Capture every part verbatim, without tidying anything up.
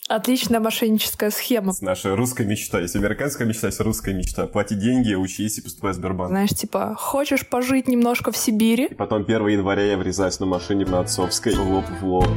Отличная мошенническая схема. Наша русская мечта. Если американская мечта, есть русская мечта. Плати деньги, учись и поступай в Сбербанк. Знаешь, типа, хочешь пожить немножко в Сибири? И потом первого января я врезаюсь на машине на Отцовской в лоб в лоб.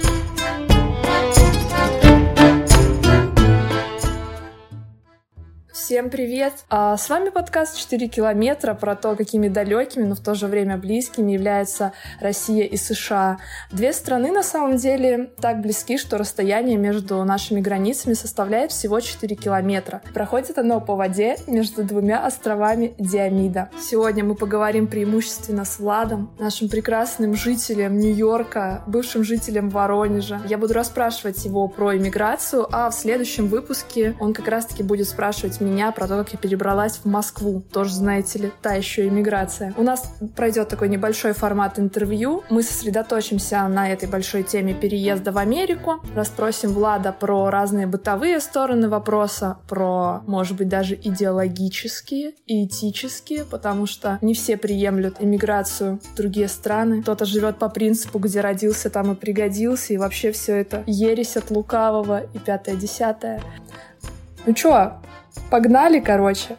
Всем привет! А, с вами подкаст «четыре километра» про то, какими далекими, но в то же время близкими являются Россия и США. Две страны, на самом деле, так близки, что расстояние между нашими границами составляет всего четыре километра. Проходит оно по воде между двумя островами Диомида. Сегодня мы поговорим преимущественно с Владом, нашим прекрасным жителем Нью-Йорка, бывшим жителем Воронежа. Я буду расспрашивать его про иммиграцию, а в следующем выпуске он как раз-таки будет спрашивать меня про то, как я перебралась в Москву. Тоже, знаете ли, та еще иммиграция. У нас пройдет такой небольшой формат интервью. Мы сосредоточимся на этой большой теме переезда в Америку. Расспросим Влада про разные бытовые стороны вопроса, про, может быть, даже идеологические и этические, потому что не все приемлют иммиграцию в другие страны. Кто-то живет по принципу, где родился, там и пригодился, и вообще все это ересь от лукавого и пятое-десятое. Ну чё, погнали, короче.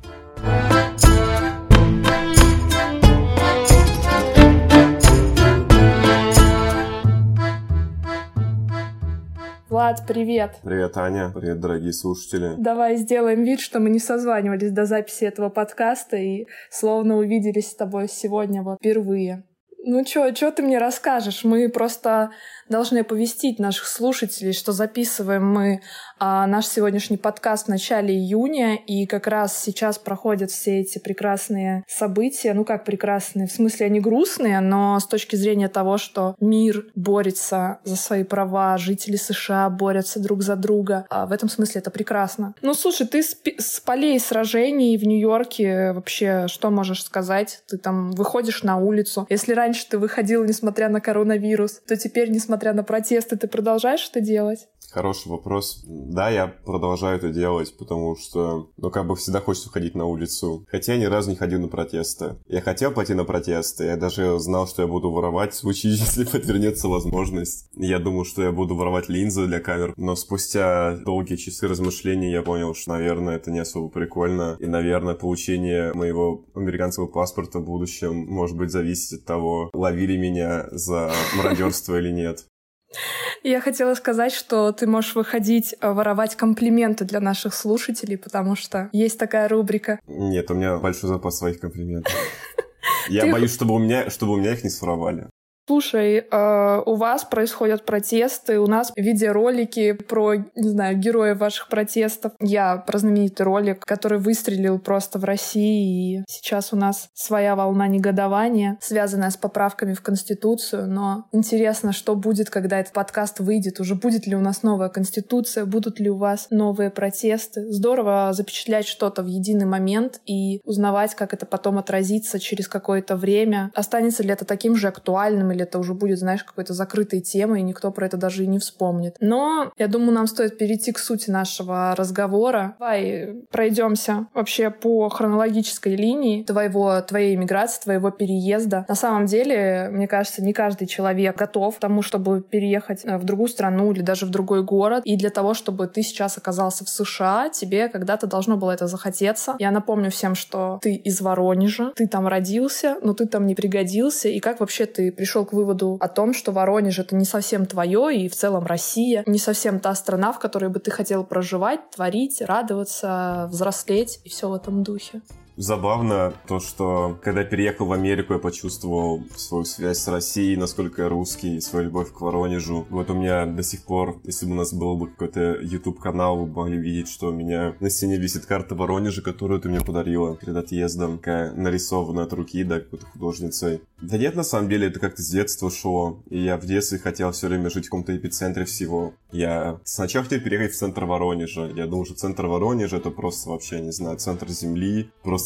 Влад, привет. Привет, Аня. Привет, дорогие слушатели. Давай сделаем вид, что мы не созванивались до записи этого подкаста и словно увиделись с тобой сегодня вот впервые. Ну чё, чё ты мне расскажешь? Мы просто должны оповестить наших слушателей, что записываем мы а, наш сегодняшний подкаст в начале июня, и как раз сейчас проходят все эти прекрасные события. Ну как прекрасные? В смысле, они грустные, но с точки зрения того, что мир борется за свои права, жители США борются друг за друга. А в этом смысле это прекрасно. Ну слушай, ты с, с полей сражений в Нью-Йорке вообще что можешь сказать? Ты там выходишь на улицу. Если раньше ты выходил, несмотря на коронавирус, то теперь, несмотря на протесты, ты продолжаешь это делать? Хороший вопрос. Да, я продолжаю это делать, потому что, ну, как бы всегда хочется ходить на улицу. Хотя я ни разу не ходил на протесты. Я хотел пойти на протесты, я даже знал, что я буду воровать в случае, если подвернется возможность. Я думал, что я буду воровать линзы для камер, но спустя долгие часы размышлений я понял, что, наверное, это не особо прикольно. И, наверное, получение моего американского паспорта в будущем может быть зависеть от того, ловили меня за мародерство или нет. Я хотела сказать, что ты можешь выходить воровать комплименты для наших слушателей, потому что есть такая рубрика. Нет, у меня большой запас своих комплиментов. Я боюсь, чтобы у меня, чтобы у меня их не своровали. Слушай, э, у вас происходят протесты, у нас видеоролики про, не знаю, героев ваших протестов. Я про знаменитый ролик, который выстрелил просто в России, и сейчас у нас своя волна негодования, связанная с поправками в Конституцию, но интересно, что будет, когда этот подкаст выйдет, уже будет ли у нас новая Конституция, будут ли у вас новые протесты. Здорово запечатлять что-то в единый момент и узнавать, как это потом отразится через какое-то время. Останется ли это таким же актуальным, или это уже будет, знаешь, какой-то закрытой темой, и никто про это даже и не вспомнит. Но я думаю, нам стоит перейти к сути нашего разговора. Давай пройдемся вообще по хронологической линии твоего, твоей иммиграции, твоего переезда. На самом деле, мне кажется, не каждый человек готов к тому, чтобы переехать в другую страну или даже в другой город. И для того, чтобы ты сейчас оказался в США, тебе когда-то должно было это захотеться. Я напомню всем, что ты из Воронежа, ты там родился, но ты там не пригодился. И как вообще ты пришел к выводу о том, что Воронеж — это не совсем твое, и в целом Россия не совсем та страна, в которой бы ты хотел проживать, творить, радоваться, взрослеть и все в этом духе. Забавно то, что когда переехал в Америку, я почувствовал свою связь с Россией, насколько я русский, свою любовь к Воронежу. Вот у меня до сих пор, если бы у нас был бы какой-то YouTube-канал, вы могли видеть, что у меня на стене висит карта Воронежа, которую ты мне подарила перед отъездом, такая нарисованная от руки, да, какой-то художницей. Да нет, на самом деле, это как-то с детства шло, и я в детстве хотел все время жить в каком-то эпицентре всего. Я сначала хотел переехать в центр Воронежа. Я думал, что центр Воронежа — это просто вообще, не знаю, центр земли, просто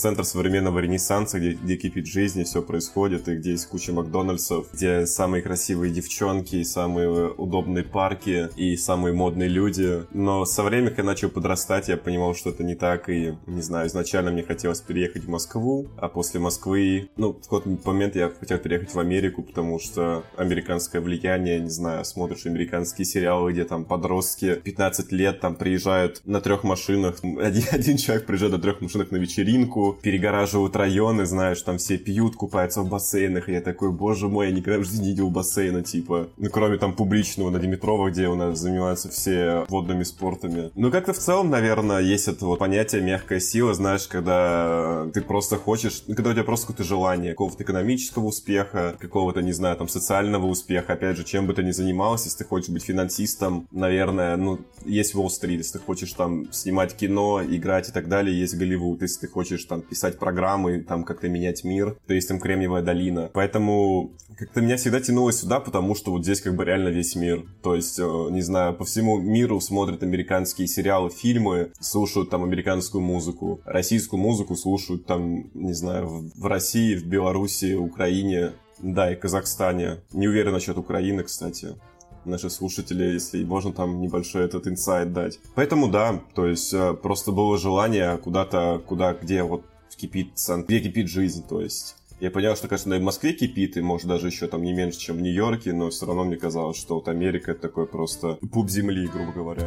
центр современного ренессанса, где, где кипит жизнь, и все происходит, и где есть куча Макдональдсов, где самые красивые девчонки, и самые удобные парки, и самые модные люди. Но со временем, как я начал подрастать, я понимал, что это не так, и, не знаю, изначально мне хотелось переехать в Москву, а после Москвы, ну, в какой-то момент я хотел переехать в Америку, потому что американское влияние, не знаю, смотришь американские сериалы, где там подростки пятнадцать лет там приезжают на трех машинах, один, один человек приезжает на трех машинах на вечеринку, перегораживают районы, знаешь, там все пьют, купаются в бассейнах, и я такой, боже мой, я никогда в жизни не видел бассейна, типа, ну, кроме там публичного на Димитрова, где у нас занимаются все водными спортами. Ну, как-то в целом, наверное, есть это вот понятие мягкая сила, знаешь, когда ты просто хочешь, когда у тебя просто какое-то желание какого-то экономического успеха, какого-то, не знаю, там, социального успеха, опять же, чем бы ты ни занимался, если ты хочешь быть финансистом, наверное, ну, есть Уолл-стрит, если ты хочешь там снимать кино, играть и так далее, есть Голливуд, если ты хочешь там писать программы, там как-то менять мир, то есть там Кремниевая долина. Поэтому как-то меня всегда тянуло сюда, потому что вот здесь как бы реально весь мир. То есть, не знаю, по всему миру смотрят американские сериалы, фильмы, слушают там американскую музыку, российскую музыку слушают там, не знаю, в России, в Беларуси, Украине, да, и Казахстане. Не уверен насчет Украины, кстати. Наши слушатели, если можно там небольшой этот инсайт дать. Поэтому да, то есть просто было желание куда-то, куда, где вот кипит, где кипит жизнь, то есть. Я понял, что, конечно, и в Москве кипит, и может даже еще там не меньше, чем в Нью-Йорке, но все равно мне казалось, что вот Америка — это такой просто пуп земли, грубо говоря.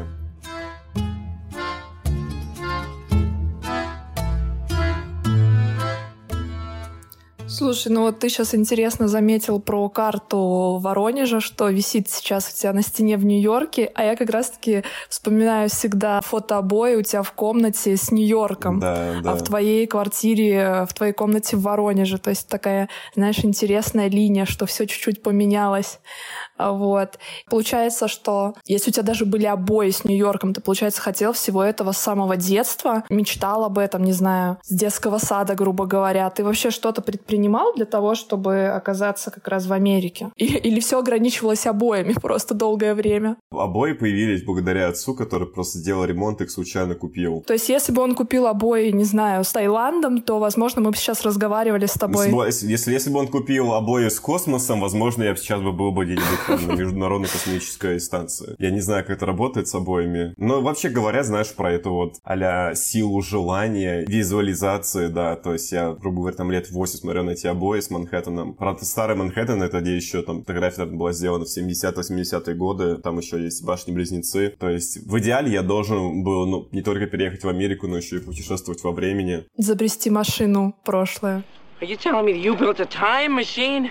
Слушай, ну вот ты сейчас интересно заметил про карту Воронежа, что висит сейчас у тебя на стене в Нью-Йорке, а я как раз-таки вспоминаю всегда фотообои у тебя в комнате с Нью-Йорком, да, да. а в твоей квартире, в твоей комнате в Воронеже. То есть такая, знаешь, интересная линия, что все чуть-чуть поменялось. Вот. Получается, что если у тебя даже были обои с Нью-Йорком, ты, получается, хотел всего этого с самого детства, мечтал об этом, не знаю, с детского сада, грубо говоря. Ты вообще что-то предпринимал для того, чтобы оказаться как раз в Америке? Или, или все ограничивалось обоями просто долгое время? Обои появились благодаря отцу, который просто делал ремонт и их случайно купил. То есть если бы он купил обои, не знаю, с Таиландом, то, возможно, мы бы сейчас разговаривали с тобой. Если, если, если бы он купил обои с космосом, возможно, я сейчас бы был бы где-нибудь на Международной космической станции. Я не знаю, как это работает с обоями. Но вообще говоря, знаешь, про эту вот а-ля силу желания, визуализации, да. То есть я, грубо говоря, там лет восемь смотрел на эти обои с Манхэттеном. Правда, старый Манхэттен, это где еще там фотография была сделана в семидесятые-восьмидесятые годы. Там еще есть башни-близнецы. То есть в идеале я должен был, ну, не только переехать в Америку, но еще и путешествовать во времени. Изобрести машину в прошлое. Are you telling me that you built a time machine?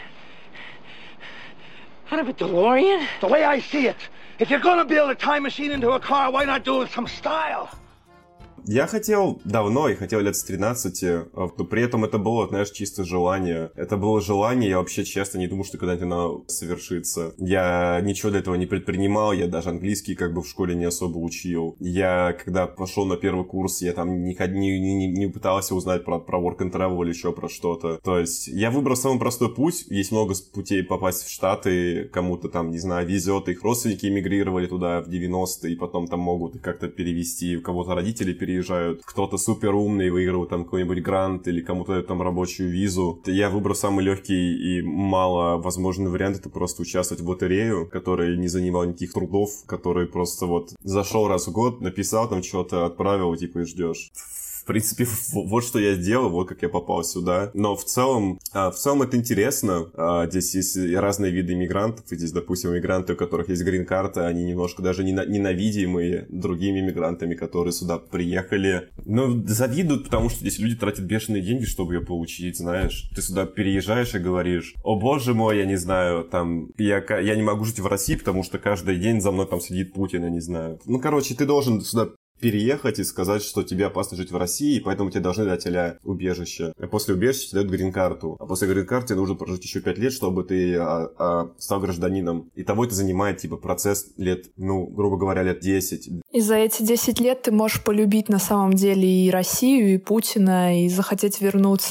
Out of a DeLorean? The way I see it, if you're gonna build a time machine into a car, why not do it with some style? Я хотел давно, и хотел лет с тринадцати, но при этом это было, знаешь, чисто желание. Это было желание, я вообще честно не думал, что когда-нибудь оно совершится. Я ничего для этого не предпринимал, я даже английский как бы в школе не особо учил. Я, когда пошел на первый курс, я там не, не, не, не пытался узнать про, про work and travel или еще про что-то. То есть я выбрал самый простой путь. Есть много путей попасть в Штаты, кому-то там, не знаю, везет, их родственники эмигрировали туда в девяностые, и потом там могут их как-то перевести, у кого-то родители переезжают. Кто-то супер умный, выигрывает там какой-нибудь грант или кому-то там рабочую визу. Я выбрал самый легкий и мало возможный вариант, это просто участвовать в лотерею, который не занимал никаких трудов, который просто вот зашел раз в год, написал там что-то, отправил, типа, и ждешь. В принципе, вот что я сделал, вот как я попал сюда. Но в целом, в целом это интересно. Здесь есть разные виды иммигрантов. И здесь, допустим, иммигранты, у которых есть грин-карта, они немножко даже ненавидимые другими иммигрантами, которые сюда приехали. Но завидуют, потому что здесь люди тратят бешеные деньги, чтобы ее получить, знаешь. Ты сюда переезжаешь и говоришь: о боже мой, я не знаю, там, я, я не могу жить в России, потому что каждый день за мной там сидит Путин, я не знаю. Ну, короче, ты должен сюда переехать и сказать, что тебе опасно жить в России, и поэтому тебе должны дать а-ля убежище. А после убежища тебе дают грин-карту. А после грин-карты тебе нужно прожить еще пять лет, чтобы ты а, а, стал гражданином. И того это занимает, типа, процесс лет, ну, грубо говоря, лет десять. И за эти десять лет ты можешь полюбить на самом деле и Россию, и Путина, и захотеть вернуться.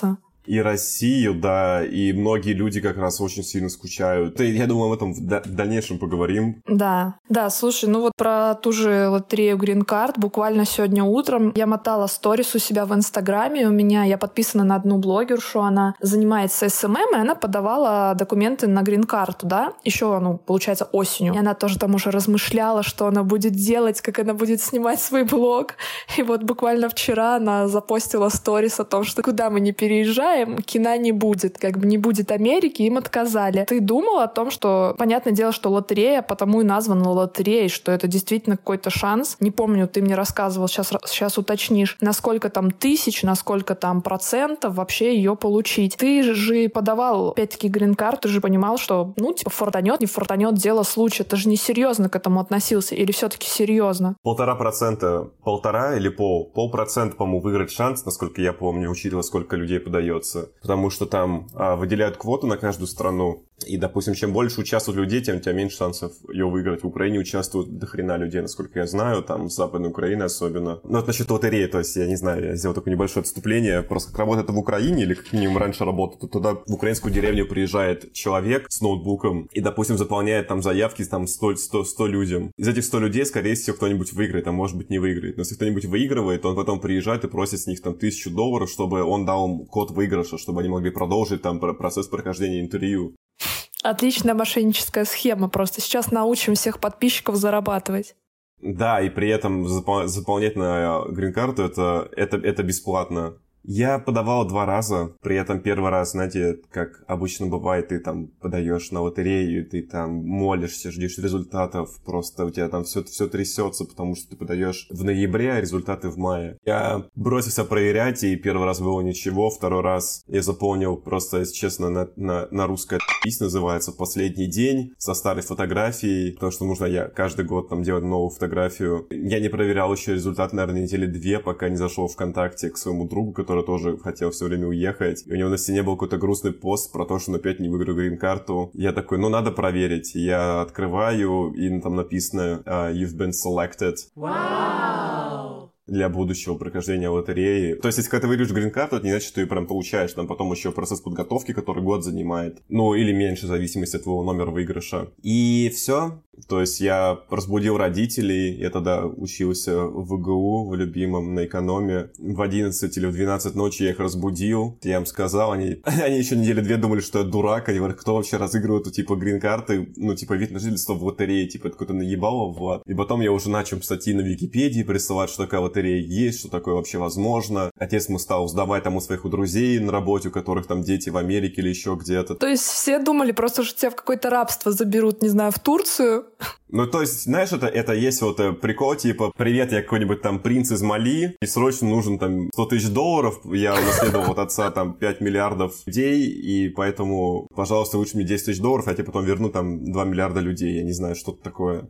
и Россию, да, и многие люди как раз очень сильно скучают. И я думаю, об этом в, да- в дальнейшем поговорим. Да, да, слушай, ну вот про ту же лотерею Green Card буквально сегодня утром я мотала сторис у себя в Инстаграме, у меня, я подписана на одну блогершу, она занимается эс эм эм, и она подавала документы на Green Card, да, еще, ну, получается, осенью. И она тоже там уже размышляла, что она будет делать, как она будет снимать свой блог. И вот буквально вчера она запостила сторис о том, что куда мы не переезжаем, кино не будет. Как бы не будет Америки, им отказали. Ты думал о том, что, понятное дело, что лотерея, потому и названа лотереей, что это действительно какой-то шанс. Не помню, ты мне рассказывал, сейчас, сейчас уточнишь, насколько там тысяч, насколько там процентов вообще ее получить. Ты же подавал, опять-таки, грин-карт, ты же понимал, что, ну, типа, фортанет, не фортанет, дело случая. Ты же не серьезно к этому относился или все-таки серьезно? Полтора процента, полтора или пол? Полпроцента, по-моему, выиграть шанс, насколько я помню, учитывая, сколько людей подается. Потому что там а, выделяют квоту на каждую страну. И, допустим, чем больше участвуют людей, тем у тебя меньше шансов ее выиграть. В Украине участвуют до хрена людей, насколько я знаю, там, с Западной Украины особенно. Ну, это насчет лотереи, то есть, я не знаю, я сделал такое небольшое отступление. Просто как работает в Украине, или как минимум раньше работает, то туда в украинскую деревню приезжает человек с ноутбуком и, допустим, заполняет там заявки там сто, сто, сто людям. Из этих сто людей, скорее всего, кто-нибудь выиграет, а может быть не выиграет. Но если кто-нибудь выигрывает, то он потом приезжает и просит с них там тысячу долларов, чтобы он дал им код выигрыша, чтобы они могли продолжить там процесс прохождения интервью. Отличная мошенническая схема. Просто сейчас научим всех подписчиков зарабатывать. Да, и при этом запол- заполнять на грин-карту это, это, это бесплатно. Я подавал два раза, при этом первый раз, знаете, как обычно бывает, ты там подаешь на лотерею, ты там молишься, ждешь результатов, просто у тебя там все, все трясется, потому что ты подаешь в ноябре, а результаты в мае. Я бросился проверять, и первый раз было ничего, второй раз я заполнил просто, если честно, на, на, на русское пись называется «Последний день» со старой фотографией, потому что нужно я каждый год там делать новую фотографию. Я не проверял еще результат, наверное, недели две, пока не зашел ВКонтакте к своему другу, который тоже хотел все время уехать. И у него на стене был какой-то грустный пост про то, что он опять не выиграл грин-карту. Я такой, ну надо проверить. Я открываю, и там написано uh, «You've been selected». Wow. Для будущего прохождения лотереи. То есть, если когда ты выиграешь грин-карту, это не значит, что ты ее прям получаешь. Там потом еще процесс подготовки, который год занимает. Ну, или меньше, в зависимости от твоего номера выигрыша. И все. То есть, я разбудил родителей. Я тогда учился в ИГУ, в любимом, на экономе. В одиннадцать или в двенадцать ночи я их разбудил. Я им сказал, они, они еще недели две думали, что я дурак. Они говорят, кто вообще разыгрывает, типа, грин-карты, ну, типа, вид на жительство в лотерее. Типа, это какой-то наебало, Влад. И потом я уже начал статьи на Википедии присылать, что такая лотерея есть, что такое вообще возможно. Отец мы стал сдавать там у своих у друзей на работе, у которых там дети в Америке или еще где-то. То есть все думали просто, что тебя в какое-то рабство заберут, не знаю, в Турцию? Ну, то есть, знаешь, это, это есть вот прикол, типа, привет, я какой-нибудь там принц из Мали, и срочно нужен там сто тысяч долларов, я унаследовал от отца там пять миллиардов людей, и поэтому, пожалуйста, лучше мне десять тысяч долларов, я тебе потом верну там два миллиарда людей, я не знаю, что-то такое.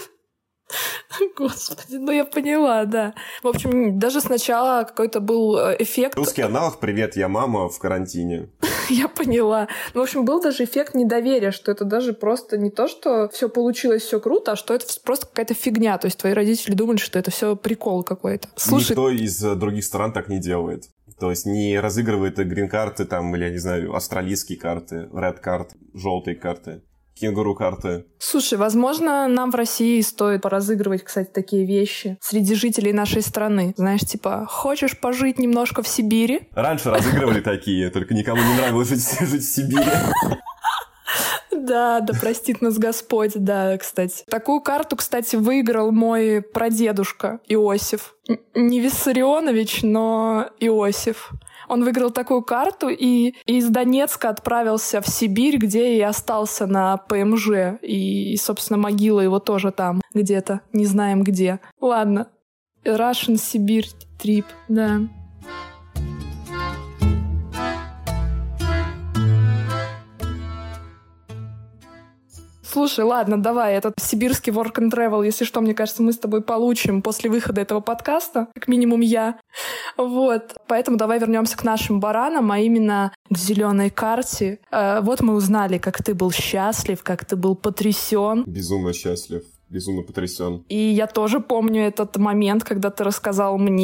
Господи, ну я поняла, да. В общем, даже сначала какой-то был эффект... Русский аналог «Привет, я мама в карантине». Я поняла. Ну, в общем, был даже эффект недоверия, что это даже просто не то, что все получилось, все круто, а что это просто какая-то фигня. То есть твои родители думали, что это все прикол какой-то. Слушай... Никто из других стран так не делает. То есть не разыгрывает грин-карты там, или, я не знаю, австралийские карты, red карты, желтые карты. Кенгуру-карты. Слушай, возможно, нам в России стоит поразыгрывать, кстати, такие вещи среди жителей нашей страны. Знаешь, типа, хочешь пожить немножко в Сибири? Раньше разыгрывали такие, только никому не нравилось жить, жить в Сибири. Да, да простит нас Господь, да, кстати. Такую карту, кстати, выиграл мой прадедушка Иосиф. Не Виссарионович, но Иосиф. Он выиграл такую карту и из Донецка отправился в Сибирь, где и остался на ПМЖ. И, собственно, могила его тоже там где-то, не знаем где. Ладно. Russian Сибирь трип, да. Слушай, ладно, давай, этот сибирский work and travel, если что, мне кажется, мы с тобой получим после выхода этого подкаста, как минимум я. Вот, поэтому давай вернемся к нашим баранам, а именно к зеленой карте. Вот мы узнали, как ты был счастлив, как ты был потрясен. Безумно счастлив. Безумно потрясен. И я тоже помню этот момент, когда ты рассказал мне.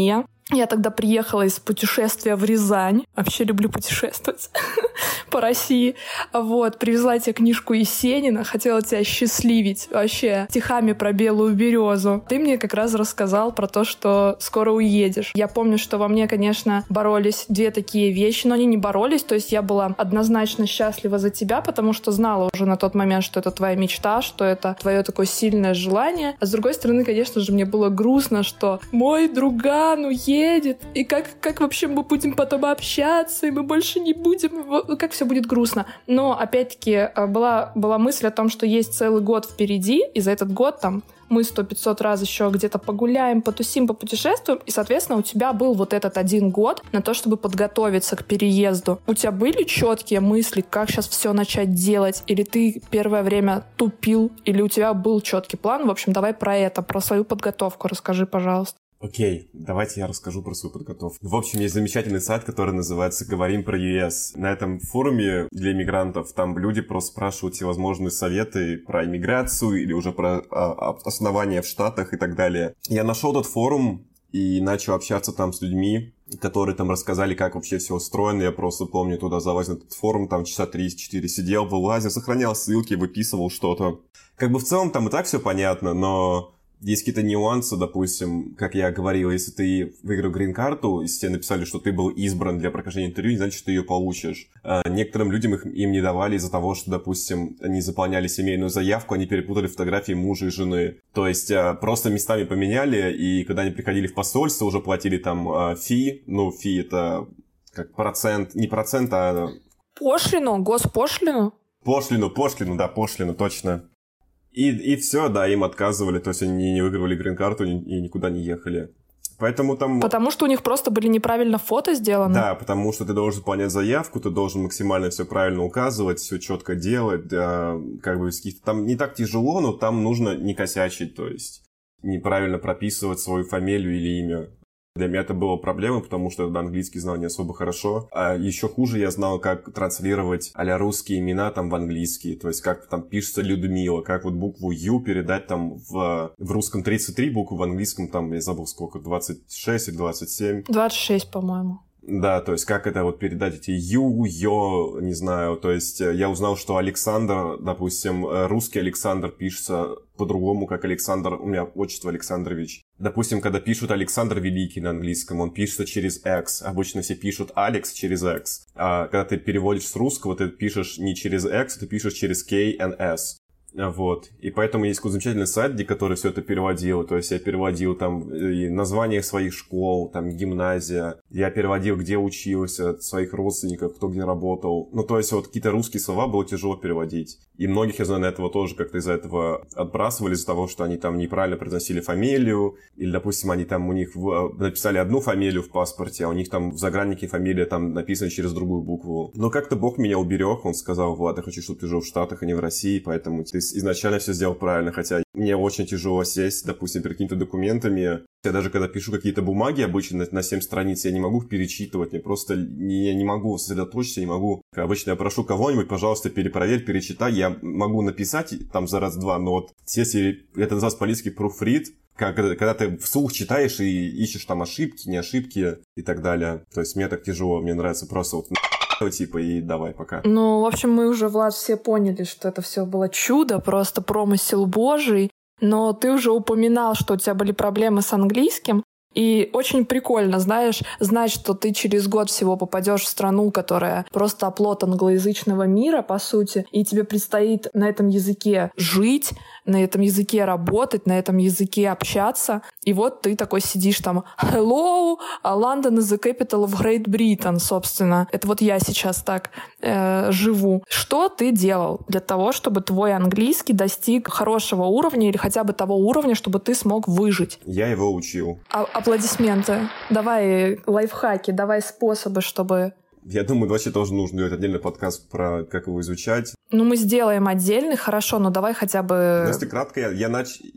Я тогда приехала из путешествия в Рязань. Вообще люблю путешествовать по России. Вот, привезла тебе книжку Есенина, хотела тебя счастливить вообще стихами про белую березу. Ты мне как раз рассказал про то, что скоро уедешь. Я помню, что во мне, конечно, боролись две такие вещи, но они не боролись, то есть я была однозначно счастлива за тебя, потому что знала уже на тот момент, что это твоя мечта, что это твое такое сильное желание. А с другой стороны, конечно же, мне было грустно, что мой друган уедет, едет, и как, как вообще мы будем потом общаться, и мы больше не будем, как все будет грустно. Но, опять-таки, была, была мысль о том, что есть целый год впереди, и за этот год там мы сто-пятьсот раз еще где-то погуляем, потусим, попутешествуем, и, соответственно, у тебя был вот этот один год на то, чтобы подготовиться к переезду. У тебя были четкие мысли, как сейчас все начать делать, или ты первое время тупил, или у тебя был четкий план? В общем, давай про это, про свою подготовку расскажи, пожалуйста. Окей, okay, давайте я расскажу про свою подготовку. В общем, есть замечательный сайт, который называется «Говорим про ю эс». На этом форуме для иммигрантов там люди просто спрашивают всевозможные советы про иммиграцию или уже про а, основания в Штатах и так далее. Я нашел этот форум и начал общаться там с людьми, которые там рассказали, как вообще все устроено. Я просто помню, туда залазил на этот форум, там часа три-четыре сидел, вылазил, сохранял ссылки, выписывал что-то. Как бы в целом там и так все понятно, но... Есть какие-то нюансы, допустим, как я говорил, если ты выиграл грин-карту, если тебе написали, что ты был избран для прохождения интервью, не значит, что ты ее получишь. А некоторым людям их, им не давали из-за того, что, допустим, они заполняли семейную заявку, они перепутали фотографии мужа и жены. То есть просто местами поменяли, и когда они приходили в посольство, уже платили там фи, ну, фи это как процент, не процент, а... Пошлину, госпошлину? Пошлину, пошлину, да, пошлину, точно. И, и все, да, им отказывали, то есть они не выигрывали грин-карту и никуда не ехали. Поэтому там... Потому что у них просто были неправильно фото сделаны? Да, потому что ты должен заполнять заявку, ты должен максимально все правильно указывать, все четко делать, да, как бы там не так тяжело, но там нужно не косячить, то есть неправильно прописывать свою фамилию или имя. Для меня это была проблема, потому что я английский знал не особо хорошо. А еще хуже я знал, как транслировать а-ля русские имена там в английский. То есть как там пишется Людмила, как вот букву Ю передать там в, в русском тридцать три буквы, в английском там, я забыл сколько, двадцать шесть или двадцать семь. двадцать шесть, по-моему. Да, то есть как это вот передать эти ю, ё, не знаю. То есть я узнал, что Александр, допустим, русский Александр пишется по-другому, как Александр, у меня отчество Александрович. Допустим, когда пишут Александр Великий на английском, он пишется через X. Обычно все пишут Алекс через X. А когда ты переводишь с русского, ты пишешь не через X, ты пишешь через K и S. Вот. И поэтому есть какой-то замечательный сайт, где который все это переводил. То есть я переводил там и названия своих школ, там гимназия. Я переводил, где учился, от своих родственников, кто где работал. Ну, то есть вот какие-то русские слова было тяжело переводить. И многих, я знаю, на этого тоже как-то из-за этого отбрасывали, из-за того, что они там неправильно произносили фамилию. Или, допустим, они там у них в... написали одну фамилию в паспорте, а у них там в заграннике фамилия там написана через другую букву. Но как-то Бог меня уберег. Он сказал: Влад, я хочу, чтобы ты жил в Штатах, а не в России, поэтому ты изначально все сделал правильно, хотя мне очень тяжело сесть, допустим, перед какими-то документами. Я даже когда пишу какие-то бумаги обычно на семь страниц, я не могу их перечитывать, мне просто не, я не могу сосредоточиться, не могу. Обычно я прошу кого-нибудь, пожалуйста, перепроверь, перечитай. Я могу написать там за раз-два, но вот если это называется по-английски proofread, когда, когда ты вслух читаешь и ищешь там ошибки, не ошибки и так далее. То есть мне так тяжело, мне нравится просто вот типа и давай, пока. Ну, в общем, мы уже, Влад, все поняли, что это все было чудо, просто промысел Божий. Но ты уже упоминал, что у тебя были проблемы с английским. И очень прикольно, знаешь, знать, что ты через год всего попадешь в страну, которая просто оплот англоязычного мира, по сути, и тебе предстоит на этом языке жить, на этом языке работать, на этом языке общаться. И вот ты такой сидишь там: «Hello, London is the capital of Great Britain», собственно. Это вот я сейчас так э, живу. Что ты делал для того, чтобы твой английский достиг хорошего уровня или хотя бы того уровня, чтобы ты смог выжить? Я его учил. А- аплодисменты. Давай лайфхаки, давай способы, чтобы... Я думаю, вообще тоже нужно делать отдельный подкаст про как его изучать. Ну, мы сделаем отдельный, хорошо, но давай хотя бы... Ну, если кратко, я, я нач...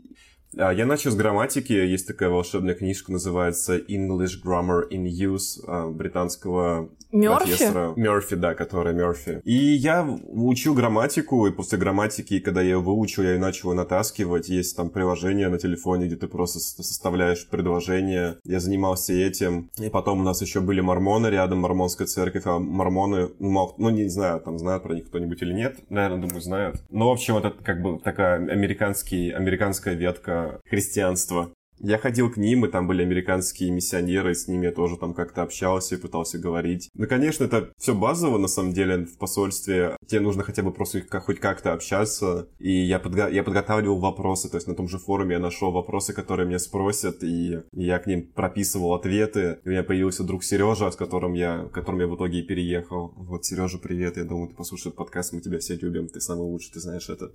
Я начал с грамматики. Есть такая волшебная книжка, называется English Grammar in Use британского профессора. Мёрфи, да, которая Мёрфи. И я учил грамматику, и после грамматики, когда я ее выучил, я ее начал натаскивать. Есть там приложение на телефоне, где ты просто составляешь предложения. Я занимался этим. И потом у нас еще были мормоны рядом, мормонская церковь. А мормоны, ну, не знаю, там знают про них кто-нибудь или нет. Наверное, думаю, знают. Ну, в общем, это как бы такая американский, американская ветка христианства. Я ходил к ним, и там были американские миссионеры, с ними я тоже там как-то общался и пытался говорить. Ну, конечно, это все базово, на самом деле, в посольстве. Тебе нужно хотя бы просто как, хоть как-то общаться. И я, подго- я подготавливал вопросы, то есть на том же форуме я нашел вопросы, которые меня спросят, и, и я к ним прописывал ответы. И у меня появился друг Сережа, с которым я, к которому я в итоге и переехал. Вот, Сережа, привет, я думаю, ты послушаешь этот подкаст, мы тебя все любим, ты самый лучший, ты знаешь это.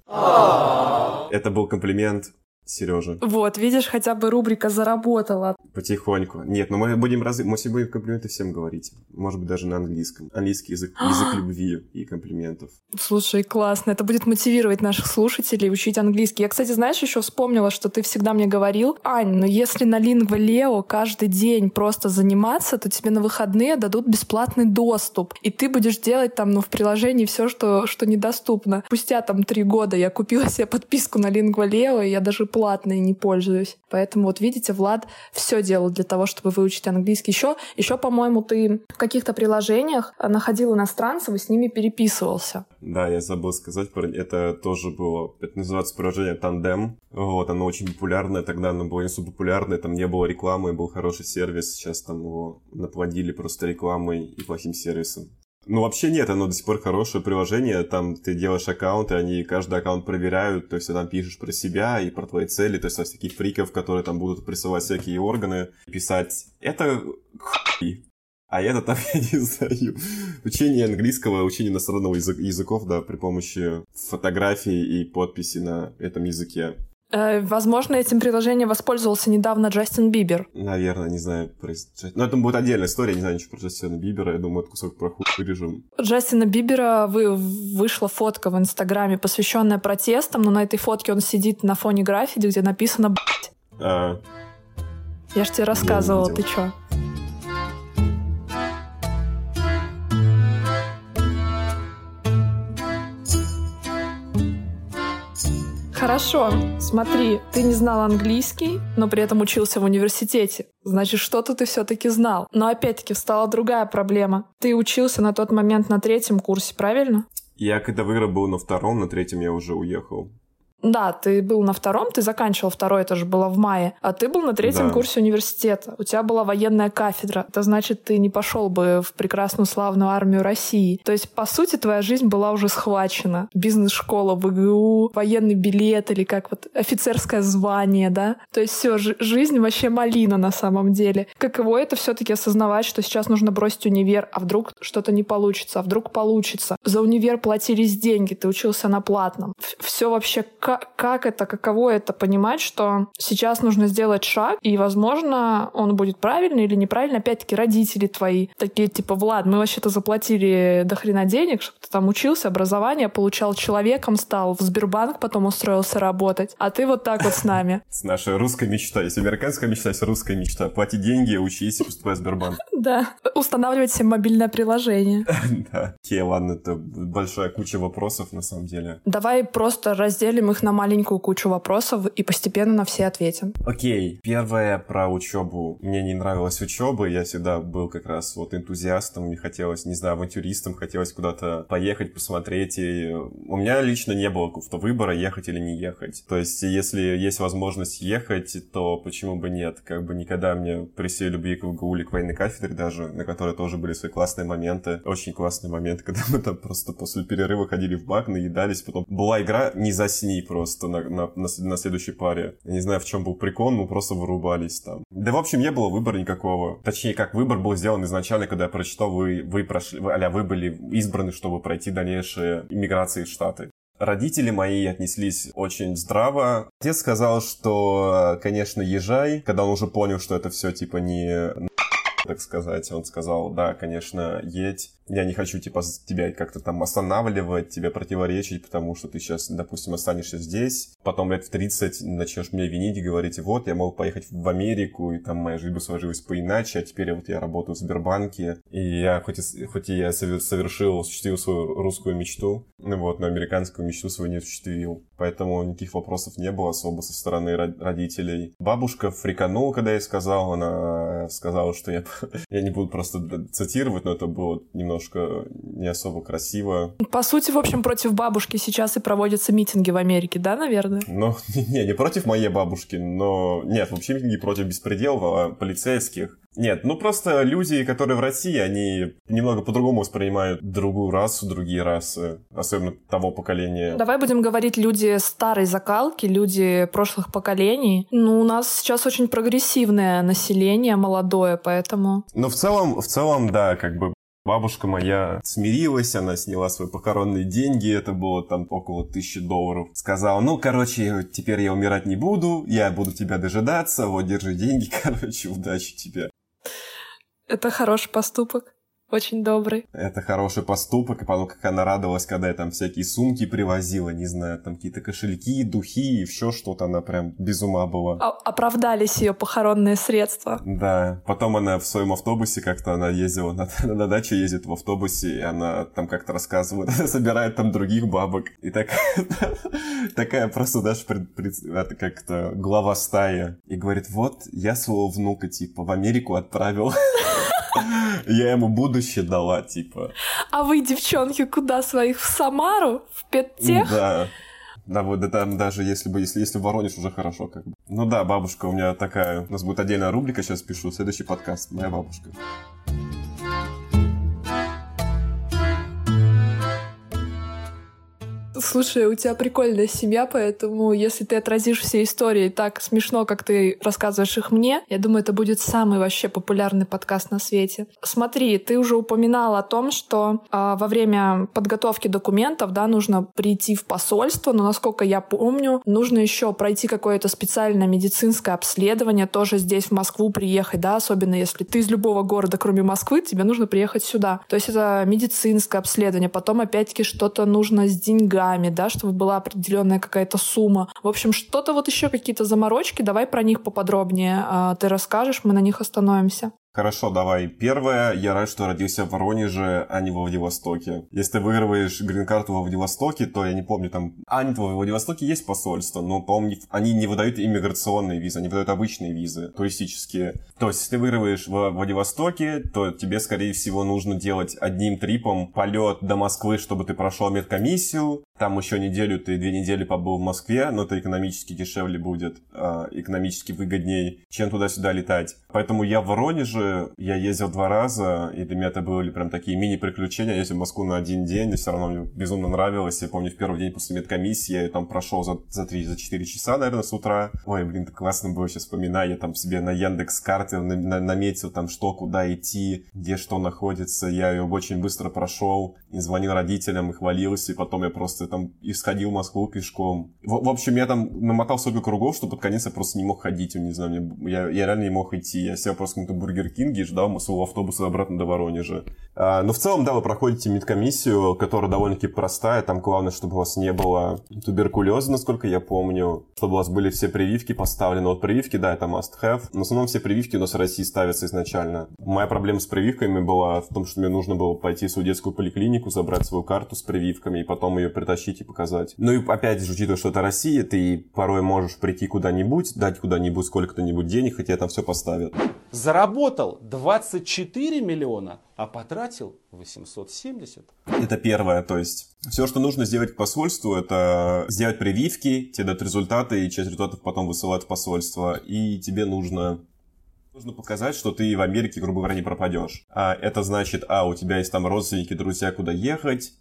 Это был комплимент. Сережа. Вот, видишь, хотя бы рубрика заработала. Потихоньку. Нет, но мы будем раз... мы сегодня будем комплименты всем говорить. Может быть, даже на английском. Английский язык, язык любви и комплиментов. Слушай, классно. Это будет мотивировать наших слушателей учить английский. Я, кстати, знаешь, еще вспомнила, что ты всегда мне говорил: Ань, ну если на Lingua Leo каждый день просто заниматься, то тебе на выходные дадут бесплатный доступ. И ты будешь делать там, ну, в приложении все, что, что недоступно. Спустя там три года я купила себе подписку на Lingua Leo, и я даже платной не пользуюсь. Поэтому вот видите, Влад все делал для того, чтобы выучить английский. Еще, еще, по-моему, ты в каких-то приложениях находил иностранцев и с ними переписывался. Да, я забыл сказать про это. Тоже было, это называется приложение Tandem. Вот, оно очень популярное. Тогда оно было не супер популярное, там не было рекламы, был хороший сервис. Сейчас там его наплодили просто рекламой и плохим сервисом. Ну, вообще нет, оно до сих пор хорошее приложение, там ты делаешь аккаунты, они каждый аккаунт проверяют, то есть ты там пишешь про себя и про твои цели, то есть со всяких фриков, которые там будут присылать всякие органы, писать «это хуй», а это там, я не знаю, учение английского, учение иностранного язык, языков, да, при помощи фотографий и подписи на этом языке. Возможно, этим приложением воспользовался недавно Джастин Бибер. Наверное, не знаю. Но это будет отдельная история, не знаю ничего про Джастина Бибера. Я думаю, этот кусок про хуй вырежем. Джастина Бибера вы... вышла фотка в Инстаграме, посвященная протестам, но на этой фотке он сидит на фоне граффити, где написано «б***ь». А... Я ж тебе рассказывала, ты чё? Хорошо, смотри, ты не знал английский, но при этом учился в университете. Значит, что-то ты все-таки знал. Но опять-таки встала другая проблема. Ты учился на тот момент на третьем курсе, правильно? Я когда в Игры был на втором, на третьем я уже уехал. Да, ты был на втором, ты заканчивал второй, это же было в мае, а ты был на третьем да. курсе университета. У тебя была военная кафедра. Это значит, ты не пошел бы в прекрасную славную армию России. То есть, по сути, твоя жизнь была уже схвачена. Бизнес-школа в ИГУ, военный билет или как вот офицерское звание, да? То есть все, ж- жизнь вообще малина на самом деле. Каково это все-таки осознавать, что сейчас нужно бросить универ, а вдруг что-то не получится, а вдруг получится. За универ платились деньги, ты учился на платном. Все вообще как, как это, каково это понимать, что сейчас нужно сделать шаг, и, возможно, он будет правильный или неправильный. Опять-таки, родители твои такие, типа, Влад, мы вообще-то заплатили до хрена денег, чтобы ты там учился, образование получал, человеком стал, в Сбербанк потом устроился работать, а ты вот так вот с нами. С нашей русской мечтой. Если американская мечта, есть русская мечта. Плати деньги, учись и поступай в Сбербанк. Да. Устанавливать себе мобильное приложение. Да. Окей, ладно, это большая куча вопросов, на самом деле. Давай просто разделим их на маленькую кучу вопросов и постепенно на все ответим. Окей, первое про учебу. Мне не нравилась учеба, я всегда был как раз вот энтузиастом, мне хотелось, не знаю, авантюристом, хотелось куда-то поехать, посмотреть, и у меня лично не было какого-то выбора, ехать или не ехать. То есть, если есть возможность ехать, то почему бы нет? Как бы никогда мне при всей любви к ВГУ или к военной кафедре даже, на которой тоже были свои классные моменты, очень классные моменты, когда мы там просто после перерыва ходили в баг, наедались, потом была игра «Не засни» просто на, на, на, на следующей паре. Я не знаю, в чем был прикол, мы просто вырубались там. Да, в общем, не было выбора никакого. Точнее, как выбор был сделан изначально, когда я прочитал, вы, вы прошли, вы, а-ля, вы были избраны, чтобы пройти дальнейшие иммиграции в Штаты. Родители мои отнеслись очень здраво. Отец сказал, что, конечно, езжай, когда он уже понял, что это все типа не... так сказать. Он сказал, да, конечно, едь. Я не хочу, типа, тебя как-то там останавливать, тебе противоречить, потому что ты сейчас, допустим, останешься здесь. Потом лет в тридцать начнешь меня винить и говорить, вот, я мог поехать в Америку, и там моя жизнь бы сложилась поиначе, а теперь вот я работаю в Сбербанке. И я, хоть и, хоть и я совершил, осуществил свою русскую мечту, вот, но американскую мечту свою не осуществил. Поэтому никаких вопросов не было особо со стороны родителей. Бабушка фриканула, когда я сказал, она сказала, что я, я не буду просто цитировать, но это было немножко не особо красиво. По сути, в общем, против бабушки сейчас и проводятся митинги в Америке, да, наверное? Ну, не, не против моей бабушки, но... Нет, вообще митинги против беспредела, а полицейских. Нет, ну просто люди, которые в России, они немного по-другому воспринимают другую расу, другие расы, особенно того поколения. Давай будем говорить люди старой закалки, люди прошлых поколений. Ну, у нас сейчас очень прогрессивное население, молодое, поэтому... Ну, в целом, в целом, да, как бы бабушка моя смирилась, она сняла свои похоронные деньги, это было там около тысячи долларов. Сказала, ну, короче, теперь я умирать не буду, я буду тебя дожидаться, вот, держи деньги, короче, удачи тебе. Это хороший поступок. Очень добрый. Это хороший поступок, и потом, как она радовалась, когда я там всякие сумки привозила, не знаю, там какие-то кошельки, духи и все что-то, она прям без ума была. О- оправдались ее похоронные средства. Да, потом она в своем автобусе как-то, она ездила на, на дачу, ездит в автобусе, и она там как-то рассказывает, собирает там других бабок, и так, такая просто даже как-то глава стаи, и говорит, вот, я своего внука, типа, в Америку отправил. Я ему будущее дала, типа. А вы, девчонки, куда своих? В Самару? В педтех? Да. Да, вот да, там даже если бы, если, если в Воронеж, уже хорошо как бы. Ну да, бабушка у меня такая. У нас будет отдельная рубрика, сейчас пишу. Следующий подкаст. Моя бабушка. Слушай, у тебя прикольная семья, поэтому если ты отразишь все истории так смешно, как ты рассказываешь их мне, я думаю, это будет самый вообще популярный подкаст на свете. Смотри, ты уже упоминала о том, что э, во время подготовки документов, да, нужно прийти в посольство, но, насколько я помню, нужно еще пройти какое-то специальное медицинское обследование, тоже здесь в Москву приехать, да, особенно если ты из любого города, кроме Москвы, тебе нужно приехать сюда. То есть это медицинское обследование, потом опять-таки что-то нужно с деньгами, да, чтобы была определенная какая-то сумма. В общем, что-то вот еще какие-то заморочки, давай про них поподробнее. Ты расскажешь, мы на них остановимся. Хорошо, давай. Первое, я рад, что родился в Воронеже, а не во Владивостоке. Если ты выигрываешь грин-карту во Владивостоке, то я не помню, там... А, нет, во Владивостоке есть посольство, но, по-моему, они не выдают иммиграционные визы, они выдают обычные визы, туристические. То есть, если ты выигрываешь во Владивостоке, то тебе, скорее всего, нужно делать одним трипом полет до Москвы, чтобы ты прошел медкомиссию. Там еще неделю, ты две недели побыл в Москве, но это экономически дешевле будет, экономически выгоднее, чем туда-сюда летать. Поэтому я в Воронеже, я ездил два раза, и для меня это были прям такие мини-приключения. Я ездил в Москву на один день, и все равно мне безумно нравилось. Я помню, в первый день после медкомиссии я там прошел за, за три-четыре часа, наверное, с утра. Ой, блин, так классно было, сейчас вспоминаю. Я там себе на Яндекс.Карте на, на, наметил там, что, куда идти, где что находится. Я ее очень быстро прошел, и звонил родителям, и хвалился, и потом я просто там исходил в Москву пешком. В, в общем, я там намотал столько кругов, что под конец я просто не мог ходить. Не знаю, мне, я, я реально не мог идти. Я сел просто в каком-то Бургер Кинге и ждал своего автобуса обратно до Воронежа. А, но в целом, да, вы проходите медкомиссию, которая довольно-таки простая. Там главное, чтобы у вас не было туберкулеза, насколько я помню. Чтобы у вас были все прививки поставлены. Вот прививки, да, это must-have. Но в основном все прививки у нас в России ставятся изначально. Моя проблема с прививками была в том, что мне нужно было пойти в свою детскую поликлинику, забрать свою карту с прививками и потом ее притащить и показать. Ну и опять же, учитывая, что это Россия, ты порой можешь прийти куда-нибудь, дать куда-нибудь сколько-то-нибудь денег, хотя там все поставят. Заработал двадцать четыре миллиона, а потратил восемьсот семьдесят. Это первое, то есть все, что нужно сделать к посольству, это сделать прививки, тебе дают результаты, и часть результатов потом высылают в посольство, и тебе нужно... Нужно показать, что ты в Америке, грубо говоря, не пропадешь. А это значит, а, у тебя есть там родственники, друзья, куда ехать,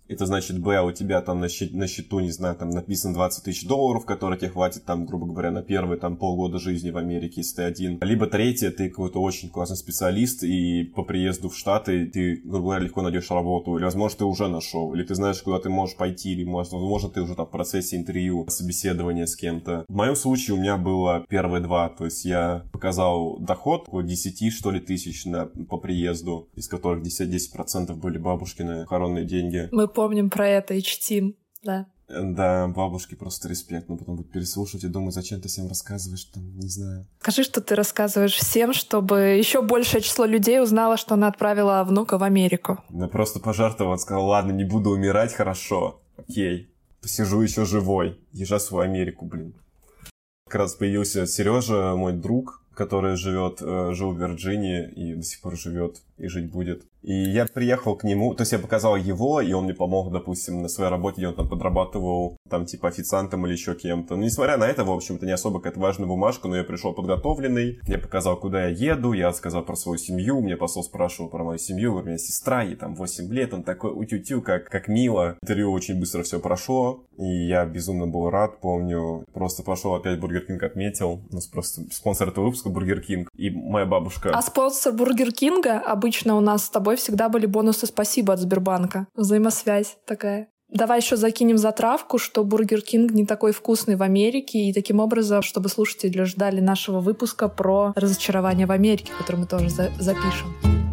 Это значит, б, у тебя там на, счет, на счету, не знаю, там написано двадцать тысяч долларов, которые тебе хватит, там, грубо говоря, на первые там полгода жизни в Америке, если ты один. Либо третье, ты какой-то очень классный специалист, и по приезду в Штаты ты, грубо говоря, легко найдешь работу. Или, возможно, ты уже нашел. Или ты знаешь, куда ты можешь пойти. Или, возможно, ты уже там в процессе интервью, собеседования с кем-то. В моем случае у меня было первые два. То есть я показал доход около десять, что ли, тысяч на, по приезду, из которых десять процентов были бабушкины похоронные деньги. Мы помним про это и чтим, да. Да, бабушке просто респект, но потом будут переслушивать и думать, зачем ты всем рассказываешь, там, не знаю. Скажи, что ты рассказываешь всем, чтобы еще большее число людей узнало, что она отправила внука в Америку. Да просто пожертвовал, сказал, ладно, не буду умирать, хорошо, окей, посижу еще живой, езжай в свою Америку, блин. Как раз появился Сережа, мой друг, который живет, жил в Вирджинии и до сих пор живет и жить будет. И я приехал к нему, то есть я показал его, и он мне помог, допустим, на своей работе, где он там подрабатывал, там, типа, официантом или еще кем-то. Но несмотря на это, в общем-то, не особо какая-то важная бумажка, но я пришел подготовленный, я показал, куда я еду, я сказал про свою семью, мне посол спрашивал про мою семью, говорю, у меня сестра, ей там восемь лет, он такой утю-тю, как, как мило. Интервью очень быстро все прошло, и я безумно был рад, помню, просто пошел опять Бургер Кинг отметил, у нас просто спонсор этого выпуска Бургер Кинг, и моя бабушка. А спонсор Бургер Кинга обычно у нас с тобой всегда были бонусы «Спасибо» от Сбербанка. Взаимосвязь такая. Давай еще закинем затравку, что Бургер Кинг не такой вкусный в Америке, и таким образом, чтобы слушатели ждали нашего выпуска про разочарование в Америке, который мы тоже за- запишем.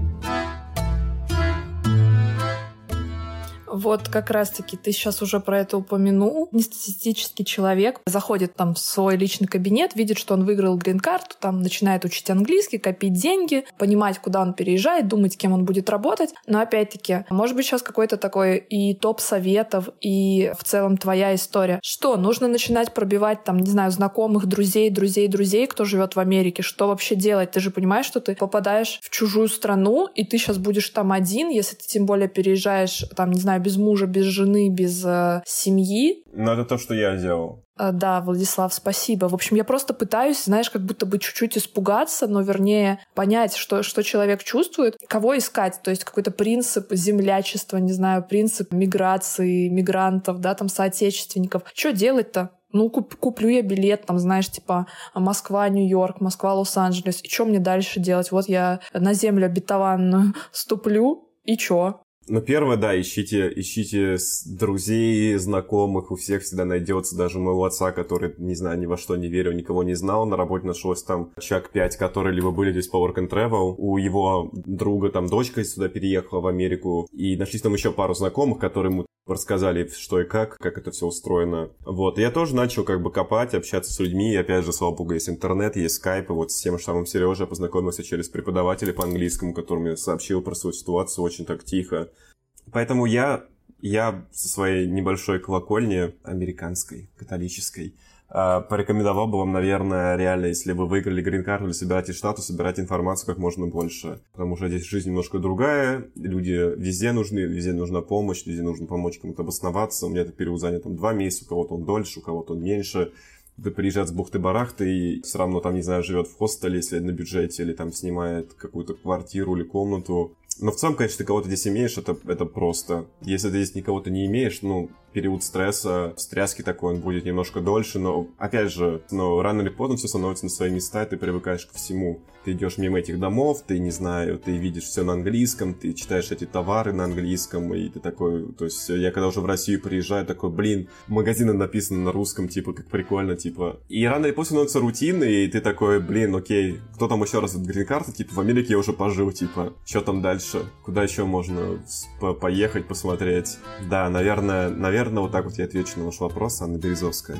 Вот как раз-таки ты сейчас уже про это упомянул. Нестатистический человек заходит там в свой личный кабинет, видит, что он выиграл грин-карту, там начинает учить английский, копить деньги, понимать, куда он переезжает, думать, кем он будет работать. Но опять-таки, может быть, сейчас какой-то такой и топ советов, и в целом твоя история. Что, нужно начинать пробивать там, не знаю, знакомых, друзей, друзей, друзей, кто живет в Америке? Что вообще делать? Ты же понимаешь, что ты попадаешь в чужую страну, и ты сейчас будешь там один, если ты тем более переезжаешь, там, не знаю, без мужа, без жены, без э, семьи. Ну, это то, что я делал. Э, да, Владислав, спасибо. В общем, я просто пытаюсь, знаешь, как будто бы чуть-чуть испугаться, но, вернее, понять, что, что человек чувствует, кого искать. То есть какой-то принцип землячества, не знаю, принцип миграции, мигрантов, да, там, соотечественников. Что делать-то? Ну, куп, куплю я билет, там, знаешь, типа Москва, Нью-Йорк, Москва, Лос-Анджелес. И что мне дальше делать? Вот я на землю обетованную ступлю, и чё? Ну, первое, да, ищите, ищите друзей, знакомых, у всех всегда найдется, даже у моего отца, который, не знаю, ни во что не верил, никого не знал, на работе нашлось там человек пять, которые либо были здесь по work and travel, у его друга там дочка сюда переехала в Америку, и нашлись там еще пару знакомых, которые ему рассказали, что и как, как это все устроено. Вот, и я тоже начал как бы копать, общаться с людьми, и опять же, слава богу, есть интернет, есть скайп, и вот с тем же самым Сережей я познакомился через преподавателя по английскому, который мне сообщил про свою ситуацию очень так тихо. Поэтому я, я со своей небольшой колокольни, американской, католической, порекомендовал бы вам, наверное, реально, если вы выиграли грин-карту или собираетесь в Штаты, собирать информацию как можно больше. Потому что здесь жизнь немножко другая, люди везде нужны, везде нужна помощь, везде нужно помочь кому-то обосноваться. У меня этот период занят там два месяца, у кого-то он дольше, у кого-то он меньше. Кто приезжает с бухты-барахты и все равно там, не знаю, живет в хостеле, если на бюджете, или там снимает какую-то квартиру или комнату. Но в целом, конечно, ты кого-то здесь имеешь, это, это просто. Если ты здесь никого-то не имеешь, ну, период стресса, встряски такой, он будет немножко дольше, но, опять же, но рано или поздно все становится на свои места, и ты привыкаешь ко всему. Ты идешь мимо этих домов, ты, не знаю, ты видишь все на английском, ты читаешь эти товары на английском, и ты такой, то есть я когда уже в Россию приезжаю, такой, блин, магазины написаны на русском, типа, как прикольно, типа. И рано или поздно становится рутиной, и ты такой, блин, окей, кто там еще раз от грин-карты, типа, в Америке я уже пожил, типа, что там дальше? Куда еще можно поехать, посмотреть? Да, наверное, наверное, вот так вот я отвечу на ваш вопрос, Анна Березовская.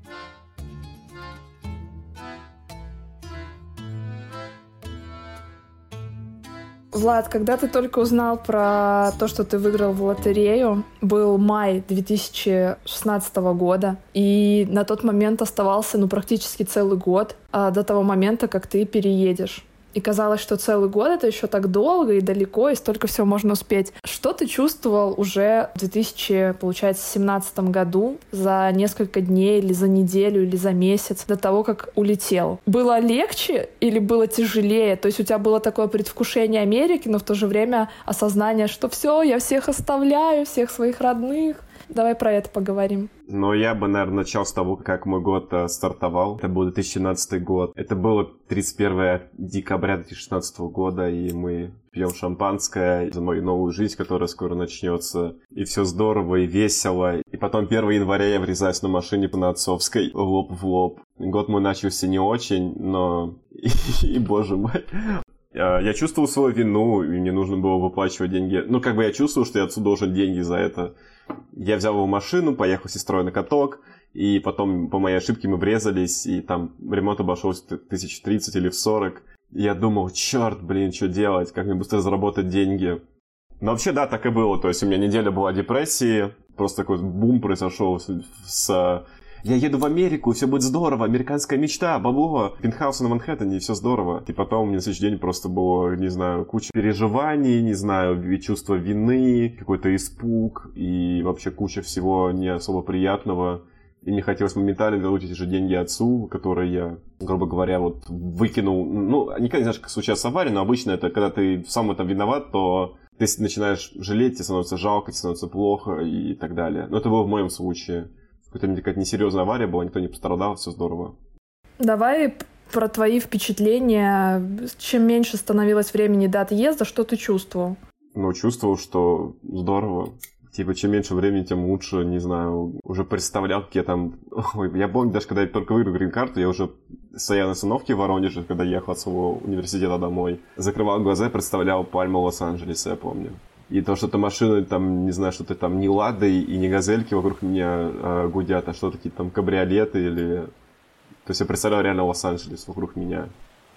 Влад, когда ты только узнал про то, что ты выиграл в лотерею, был май две тысячи шестнадцатого года, и на тот момент оставался, ну, практически целый год а, до того момента, как ты переедешь. И казалось, что целый год — это еще так долго и далеко, и столько всего можно успеть. Что ты чувствовал уже в две тысячи семнадцатом году за несколько дней или за неделю или за месяц до того, как улетел? Было легче или было тяжелее? То есть у тебя было такое предвкушение Америки, но в то же время осознание, что все, я всех оставляю, всех своих родных. Давай про это поговорим. Но я бы, наверное, начал с того, как мой год э, стартовал. Это был две тысячи семнадцатый год. Это было тридцать первого декабря две тысячи шестнадцатого года, и мы пьем шампанское за мою новую жизнь, которая скоро начнется. И все здорово и весело. И потом первого января я врезаюсь на машине на Отцовской лоб в лоб. Год мой начался не очень, но... И, боже мой... Я чувствовал свою вину, и мне нужно было выплачивать деньги. Ну, как бы я чувствовал, что я отцу должен деньги за это. Я взял его машину, поехал с сестрой на каток, и потом по моей ошибке мы врезались, и там ремонт обошелся тысяч тридцать или в сорок. И я думал, черт, блин, что делать, как мне быстро заработать деньги. Но вообще, да, так и было. То есть у меня неделя была депрессии, просто такой бум произошел с... Я еду в Америку, все будет здорово, американская мечта, бабло, пентхаус на Манхэттене, и все здорово. И потом у меня на следующий день просто было, не знаю, куча переживаний, не знаю, чувство вины, какой-то испуг и вообще куча всего не особо приятного. И мне хотелось моментально вернуть эти же деньги отцу, которые я, грубо говоря, вот выкинул. Ну, никогда не знаешь, как случается авария, но обычно это, когда ты сам в этом виноват, то ты начинаешь жалеть, тебе становится жалко, тебе становится плохо и так далее. Но это было в моем случае. Какая-то какая-то несерьезная авария была, никто не пострадал, все здорово. Давай про твои впечатления. Чем меньше становилось времени до отъезда, что ты чувствовал? Ну, чувствовал, что здорово. Типа, чем меньше времени, тем лучше, не знаю. Уже представлял, какие там... Ой, я помню, даже когда я только выиграл грин-карту, я уже стоял на остановке в Воронеже, когда ехал от своего университета домой. Закрывал глаза и представлял пальму Лос-Анджелеса, я помню. И то, что это машины, там, не знаю, что-то там не Лады и не Газельки вокруг меня э, гудят, а что-то какие-то там кабриолеты или... То есть я представлял реально Лос-Анджелес вокруг меня.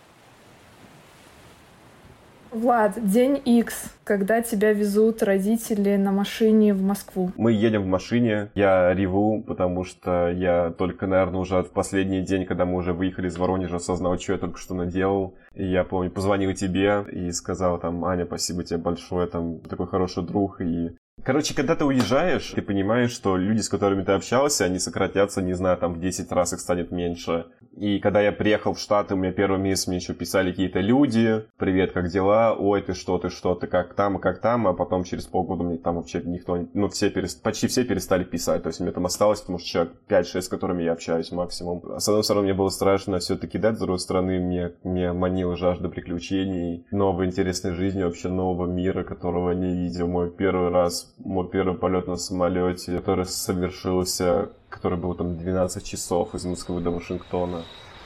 Влад, день Икс, когда тебя везут родители на машине в Москву. Мы едем в машине, я реву, потому что я только, наверное, уже в последний день, когда мы уже выехали из Воронежа, осознал, что я только что наделал. И я помню, позвонил тебе и сказал там, Аня, спасибо тебе большое, там, такой хороший друг. И... Короче, когда ты уезжаешь, ты понимаешь, что люди, с которыми ты общался, они сократятся, не знаю, там, в десять раз их станет меньше. И когда я приехал в Штаты, у меня первый месяц мне еще писали какие-то люди. Привет, как дела? Ой, ты что, ты что, ты как там, и как там? А потом через полгода мне там вообще никто, ну, все перест... почти все перестали писать. То есть мне там осталось, потому что человек пять-шесть, с которыми я общаюсь максимум. С одной стороны, мне было страшно все-таки кидать, с другой стороны, мне, мне манила жажда приключений, новой интересной жизни, вообще нового мира, которого не видел. Мой первый раз, мой первый полет на самолете, который совершился, который был там двенадцать часов из Москвы до Вашингтона.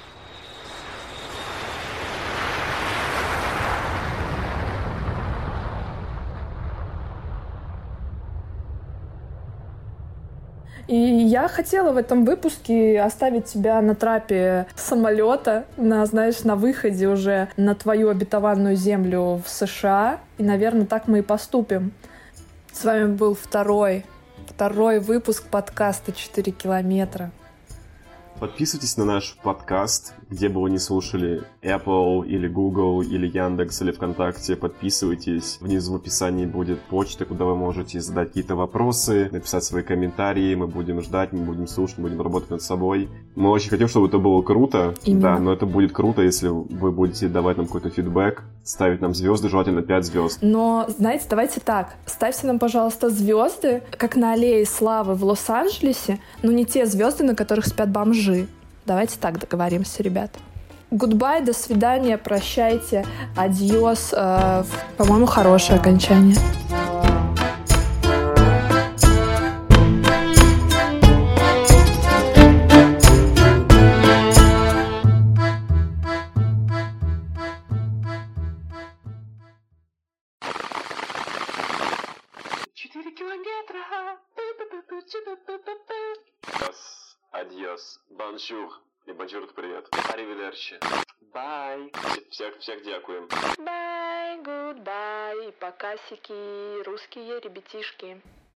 И я хотела в этом выпуске оставить тебя на трапе самолета, на, знаешь, на выходе уже на твою обетованную землю в США. И, наверное, так мы и поступим. С вами был второй, второй выпуск подкаста «четыре километра». Подписывайтесь на наш подкаст, где бы вы ни слушали, Apple или Google или Яндекс или ВКонтакте. Подписывайтесь. Внизу в описании будет почта, куда вы можете задать какие-то вопросы, написать свои комментарии. Мы будем ждать, мы будем слушать, мы будем работать над собой. Мы очень хотим, чтобы это было круто. Именно. Да, но это будет круто, если вы будете давать нам какой-то фидбэк, ставить нам звезды, желательно пять звезд. Но, знаете, давайте так. Ставьте нам, пожалуйста, звезды, как на аллее славы в Лос-Анджелесе, но не те звезды, на которых спят бомжи. Давайте так договоримся, ребят. Гудбай, до свидания, прощайте, адьос. Э, по-моему, хорошее окончание. Четыре километра. Адьос, бонжур. И бонжур — это привет. Аривидерчи. Бай. Всех, всех дякуем. Бай, гудбай, покасики, русские ребятишки.